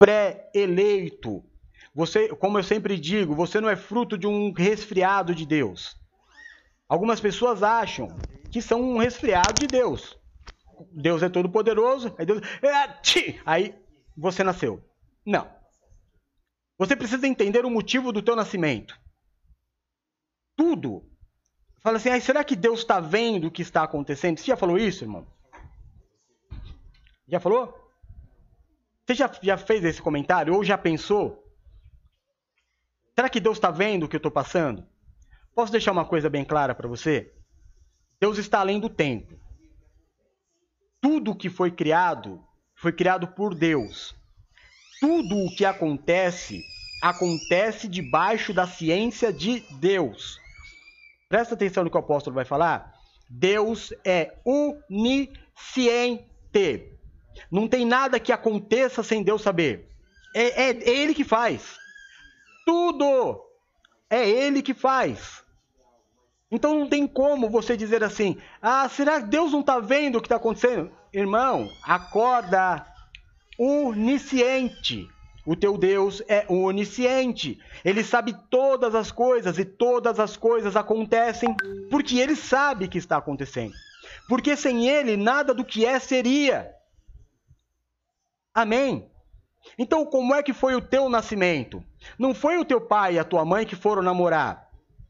pré-eleito. Você, como eu sempre digo, você não é fruto de um resfriado de Deus. Algumas pessoas acham que são um resfriado de Deus. Deus é todo poderoso, aí você nasceu. Não. Você precisa entender o motivo do teu nascimento. Tudo. Fala assim, será que Deus está vendo o que está acontecendo? Você já falou isso, irmão? Já falou? Você já fez esse comentário? Ou já pensou? Será que Deus está vendo o que eu estou passando? Posso deixar uma coisa bem clara para você? Deus está além do tempo. Tudo que foi criado por Deus. Tudo o que acontece, acontece debaixo da ciência de Deus. Presta atenção no que o apóstolo vai falar. Deus é onisciente. Não tem nada que aconteça sem Deus saber. É Ele que faz. Tudo é Ele que faz. Então não tem como você dizer assim, será que Deus não está vendo o que está acontecendo? Irmão, acorda, onisciente. O teu Deus é onisciente. Ele sabe todas as coisas e todas as coisas acontecem porque Ele sabe que está acontecendo. Porque sem Ele nada do que é seria. Amém? Então como é que foi o teu nascimento? Não foi o teu pai e a tua mãe que foram namorar.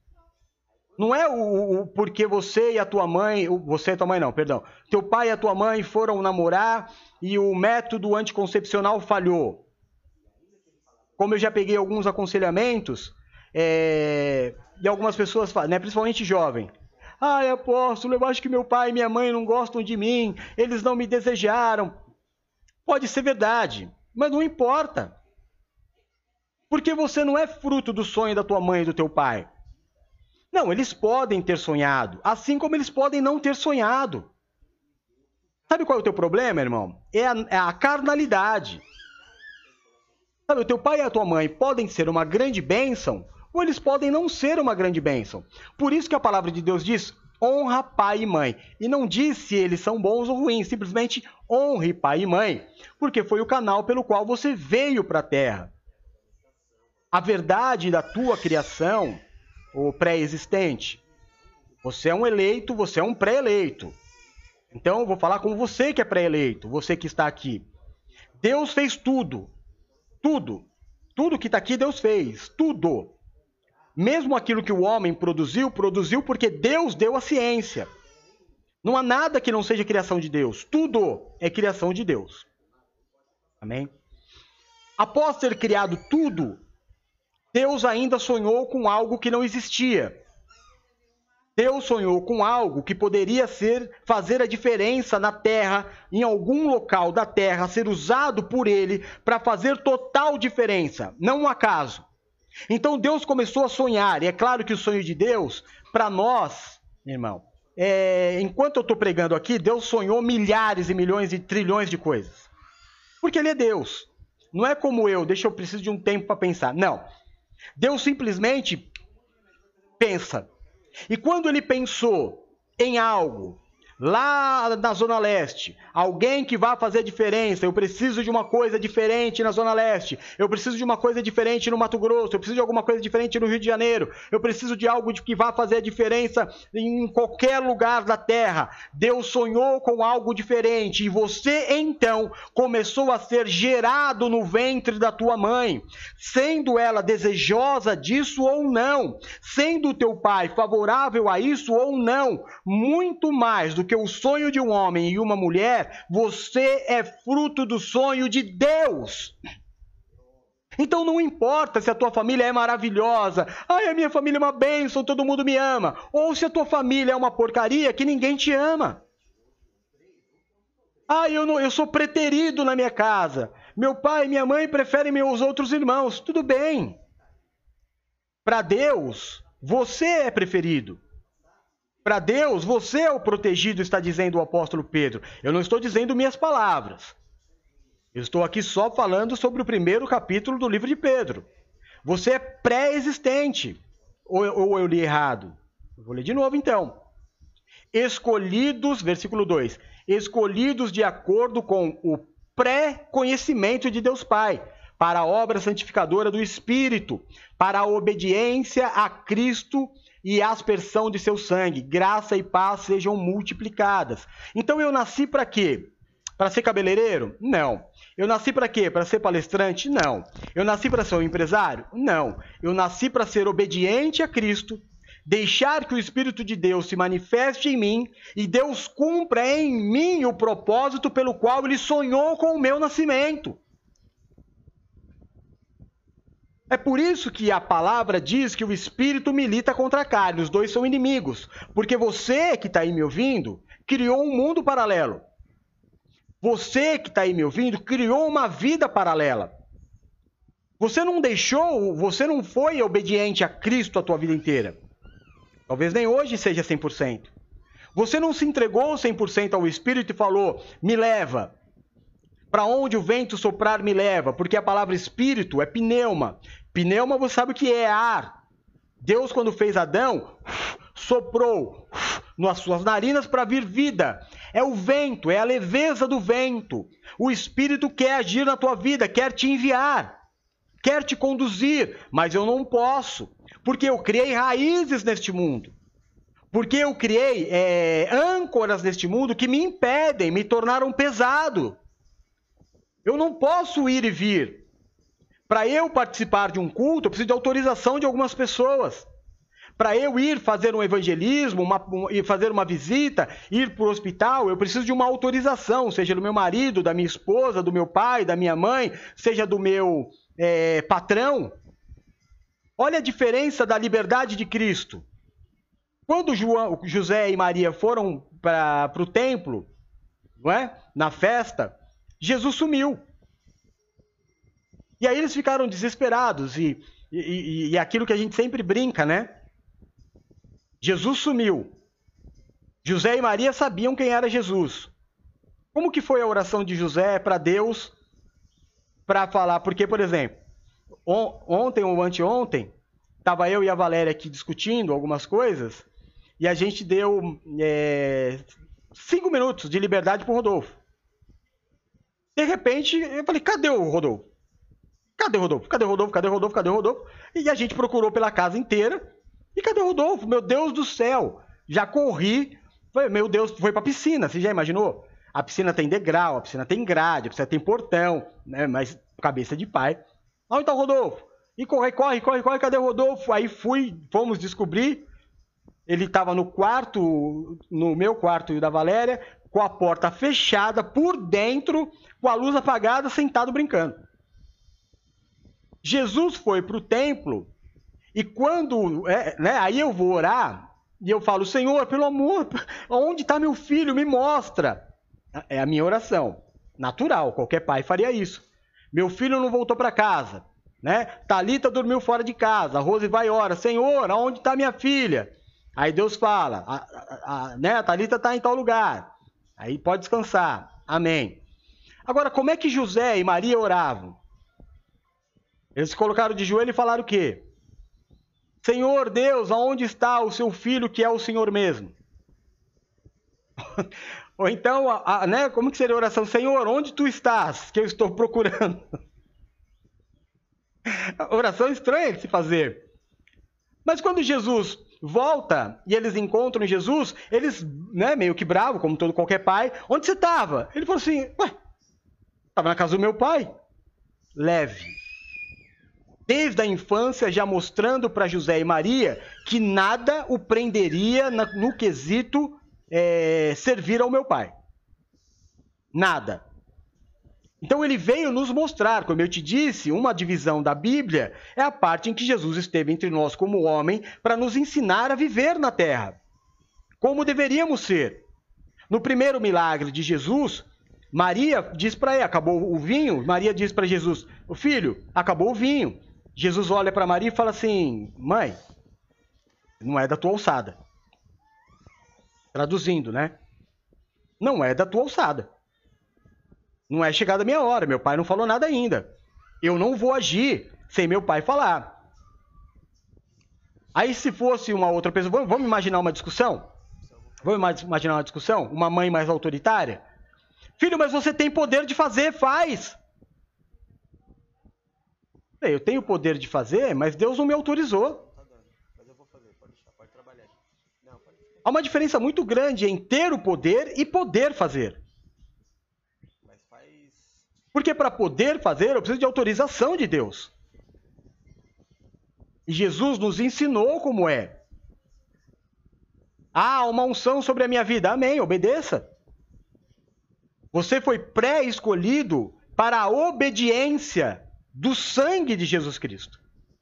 Não é porque você e a tua mãe, você e a tua mãe não, perdão. Teu pai e a tua mãe foram namorar e o método anticoncepcional falhou. Como eu já peguei alguns aconselhamentos, e algumas pessoas falam, né, principalmente jovem. Apóstolo, eu acho que meu pai e minha mãe não gostam de mim, eles não me desejaram. Pode ser verdade, mas não importa. Porque você não é fruto do sonho da tua mãe e do teu pai. Não, eles podem ter sonhado, assim como eles podem não ter sonhado. Sabe qual é o teu problema, irmão? É a carnalidade. Sabe, o teu pai e a tua mãe podem ser uma grande bênção, ou eles podem não ser uma grande bênção. Por isso que a palavra de Deus diz, honra pai e mãe. E não diz se eles são bons ou ruins, simplesmente honre pai e mãe. Porque foi o canal pelo qual você veio para a terra. A verdade da tua criação, o pré-existente. Você é um eleito, você é um pré-eleito. Então, eu vou falar com você que é pré-eleito, você que está aqui. Deus fez tudo. Tudo. Tudo que está aqui, Deus fez. Tudo. Mesmo aquilo que o homem produziu porque Deus deu a ciência. Não há nada que não seja criação de Deus. Tudo é criação de Deus. Amém? Após ter criado tudo, Deus ainda sonhou com algo que não existia. Deus sonhou com algo que poderia fazer a diferença na terra, em algum local da terra, ser usado por Ele para fazer total diferença, não um acaso. Então Deus começou a sonhar, e é claro que o sonho de Deus, para nós, irmão, enquanto eu estou pregando aqui, Deus sonhou milhares e milhões e trilhões de coisas. Porque Ele é Deus. Não é como eu preciso de um tempo para pensar. Não. Deus simplesmente pensa. E quando ele pensou em algo, lá na Zona Leste, alguém que vá fazer diferença, eu preciso de uma coisa diferente na Zona Leste, eu preciso de uma coisa diferente no Mato Grosso, eu preciso de alguma coisa diferente no Rio de Janeiro, eu preciso de algo que vá fazer a diferença em qualquer lugar da terra. Deus sonhou com algo diferente e você então começou a ser gerado no ventre da tua mãe, sendo ela desejosa disso ou não, sendo o teu pai favorável a isso ou não, muito mais do que o sonho de um homem e uma mulher, você é fruto do sonho de Deus. Então não importa se a tua família é maravilhosa, a minha família é uma bênção, todo mundo me ama, ou se a tua família é uma porcaria que ninguém te ama. Eu sou preterido na minha casa, meu pai e minha mãe preferem meus outros irmãos, tudo bem. Para Deus, você é preferido. Para Deus, você é o protegido, está dizendo o apóstolo Pedro. Eu não estou dizendo minhas palavras. Eu estou aqui só falando sobre o primeiro capítulo do livro de Pedro. Você é pré-existente. Ou eu li errado? Eu vou ler de novo então. Escolhidos, versículo 2. Escolhidos de acordo com o pré-conhecimento de Deus Pai. para a obra santificadora do Espírito, para a obediência a Cristo e a aspersão de seu sangue. Graça e paz sejam multiplicadas. Então eu nasci para quê? Para ser cabeleireiro? Não. Eu nasci para quê? Para ser palestrante? Não. Eu nasci para ser um empresário? Não. Eu nasci para ser obediente a Cristo, deixar que o Espírito de Deus se manifeste em mim e Deus cumpra em mim o propósito pelo qual Ele sonhou com o meu nascimento. É por isso que a palavra diz que o Espírito milita contra a carne, os dois são inimigos. Porque você que está aí me ouvindo, criou um mundo paralelo. Você que está aí me ouvindo, criou uma vida paralela. Você não foi obediente a Cristo a tua vida inteira. Talvez nem hoje seja 100%. Você não se entregou 100% ao Espírito e falou, me leva. Para onde o vento soprar me leva, porque a palavra Espírito é pneuma. Pneuma você sabe o que é ar. Deus, quando fez Adão, soprou nas suas narinas para vir vida. É o vento, é a leveza do vento. O Espírito quer agir na tua vida, quer te enviar, quer te conduzir, mas eu não posso, porque eu criei raízes neste mundo. Porque eu criei âncoras neste mundo que me impedem, me tornaram pesado. Eu não posso ir e vir. Para eu participar de um culto, eu preciso de autorização de algumas pessoas. Para eu ir fazer um evangelismo, fazer uma visita, ir para o hospital, eu preciso de uma autorização, seja do meu marido, da minha esposa, do meu pai, da minha mãe, seja do meu patrão. Olha a diferença da liberdade de Cristo. Quando José e Maria foram para o templo, não é? Na festa, Jesus sumiu. E aí eles ficaram desesperados. E aquilo que a gente sempre brinca, né? Jesus sumiu. José e Maria sabiam quem era Jesus. Como que foi a oração de José para Deus para falar? Porque, por exemplo, ontem ou anteontem, estava eu e a Valéria aqui discutindo algumas coisas e a gente deu 5 minutos de liberdade para o Rodolfo. De repente, eu falei, cadê o Rodolfo? Cadê o Rodolfo? Cadê o Rodolfo? Cadê o Rodolfo? Cadê o Rodolfo? E a gente procurou pela casa inteira. E cadê o Rodolfo? Meu Deus do céu! Já corri. Meu Deus, foi para a piscina. Você já imaginou? A piscina tem degrau, a piscina tem grade, a piscina tem portão, né? Mas cabeça de pai. Onde está o Rodolfo? E corre, cadê o Rodolfo? Aí fomos descobrir. Ele estava no quarto, no meu quarto e o da Valéria, com a porta fechada, por dentro, com a luz apagada, sentado brincando. Jesus foi para o templo e quando, aí eu vou orar e eu falo, Senhor, pelo amor, onde está meu filho? Me mostra. É a minha oração, natural, qualquer pai faria isso. Meu filho não voltou para casa, né? Talita dormiu fora de casa, a Rose vai e ora, Senhor, aonde está minha filha? Aí Deus fala, a Talita está em tal lugar, aí pode descansar, amém. Agora, como é que José e Maria oravam? Eles se colocaram de joelho e falaram o quê? Senhor Deus, aonde está o seu filho que é o Senhor mesmo? Ou então, como que seria a oração? Senhor, onde tu estás que eu estou procurando? Oração estranha de se fazer. Mas quando Jesus volta e eles encontram Jesus, eles, meio que bravo, como qualquer pai, onde você estava? Ele falou assim, estava na casa do meu pai. Leve. Desde a infância, já mostrando para José e Maria que nada o prenderia no quesito servir ao meu pai. Nada. Então ele veio nos mostrar, como eu te disse, uma divisão da Bíblia é a parte em que Jesus esteve entre nós como homem para nos ensinar a viver na terra, como deveríamos ser. No primeiro milagre de Jesus, Maria diz para ele, acabou o vinho, Maria diz para Jesus, filho, acabou o vinho. Jesus olha para Maria e fala assim, mãe, não é da tua alçada. Traduzindo, né? Não é da tua alçada. Não é chegada a minha hora, meu pai não falou nada ainda. Eu não vou agir sem meu pai falar. Aí se fosse uma outra pessoa, vamos imaginar uma discussão? Vamos imaginar uma discussão? Uma mãe mais autoritária? Filho, mas você tem poder de fazer, faz. Eu tenho o poder de fazer, mas Deus não me autorizou. Tá dando. Mas eu vou fazer, pode deixar, pode trabalhar. Não, pode ficar. Há uma diferença muito grande em ter o poder e poder fazer. Mas faz. Porque para poder fazer, eu preciso de autorização de Deus. E Jesus nos ensinou como é. Ah, uma unção sobre a minha vida. Amém, obedeça. Você foi pré-escolhido para a obediência do sangue de Jesus Cristo.